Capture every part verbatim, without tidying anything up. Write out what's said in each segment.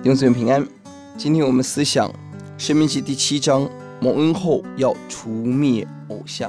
弟兄姊妹平安。今天我们思想申命记第七章，蒙恩后要除灭偶像。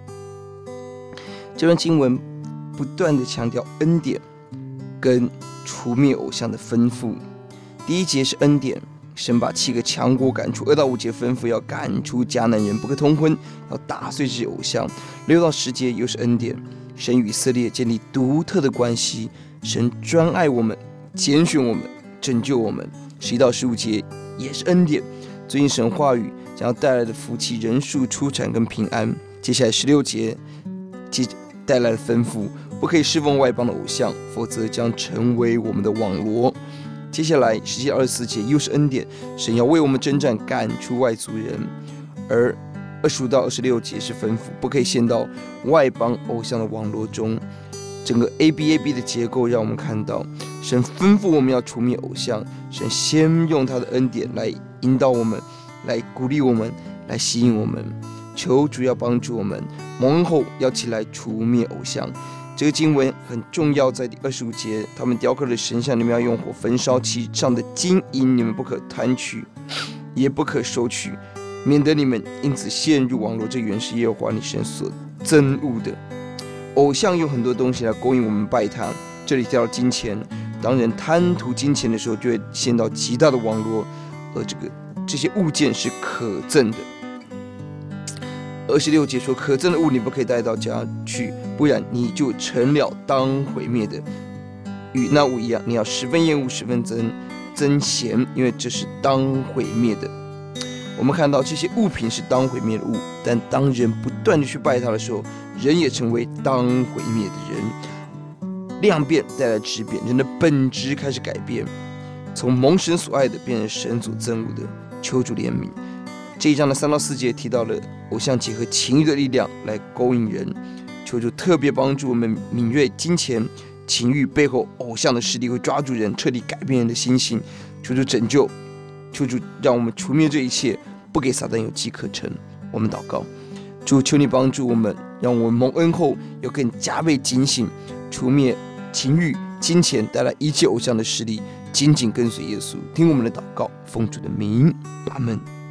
这段经文不断的强调恩典跟除灭偶像的吩咐。第一节是恩典，神把七个强国赶出；二到五节吩咐要赶出迦南人，不可通婚，要打碎这些偶像。六到十节又是恩典，神与以色列建立独特的关系，神专爱我们，拣选我们，拯救我们。十一到十五节也是恩典，最近神话语将要带来的福气、人数、出产跟平安。接下来十六节带来的吩咐，不可以侍奉外邦的偶像，否则将成为我们的网罗。接下来十七到二十四节又是恩典，神要为我们征战，赶出外族人。而二十五到二十六节是吩咐，不可以陷到外邦偶像的网罗中。整个 A B A B 的结构让我们看到，神吩咐我们要除灭偶像，神先用他的恩典来引导我们，来鼓励我们，来吸引我们。求主要帮助我们，蒙恩后要起来除灭偶像。这个经文很重要，在第二十五节，他们雕刻的神像，你们要用火焚烧，其上的金银你们不可贪取，也不可收取，免得你们因此陷入网罗。这原是耶和华你神所憎恶的。偶像用很多东西来勾引我们拜他，这里提到金钱，当人贪图金钱的时候，就会陷到极大的网罗，而这个这些物件是可憎的。二十六节说，可憎的物你不可以带到家去，不然你就成了当毁灭的。与那物一样，你要十分厌恶，十分憎憎嫌，因为这是当毁灭的。我们看到这些物品是当毁灭的物，但当人不断的去拜它的时候，人也成为当毁灭的人。量变带来质变，人的本质开始改变，从蒙神所爱的变成神所憎恶的。求主怜悯。这一章的三到四节提到了偶像结合情欲的力量来勾引人，求主特别帮助我们敏锐金钱、情欲背后偶像的势力会抓住人，彻底改变人的心性。求主拯救，求主让我们除灭这一切，不给撒旦有机可乘。我们祷告，主，求你帮助我们，让我们蒙恩后有更加倍警醒，除灭情欲、金钱带来一切偶像的势力，紧紧跟随耶稣。听我们的祷告，奉主的名，阿们。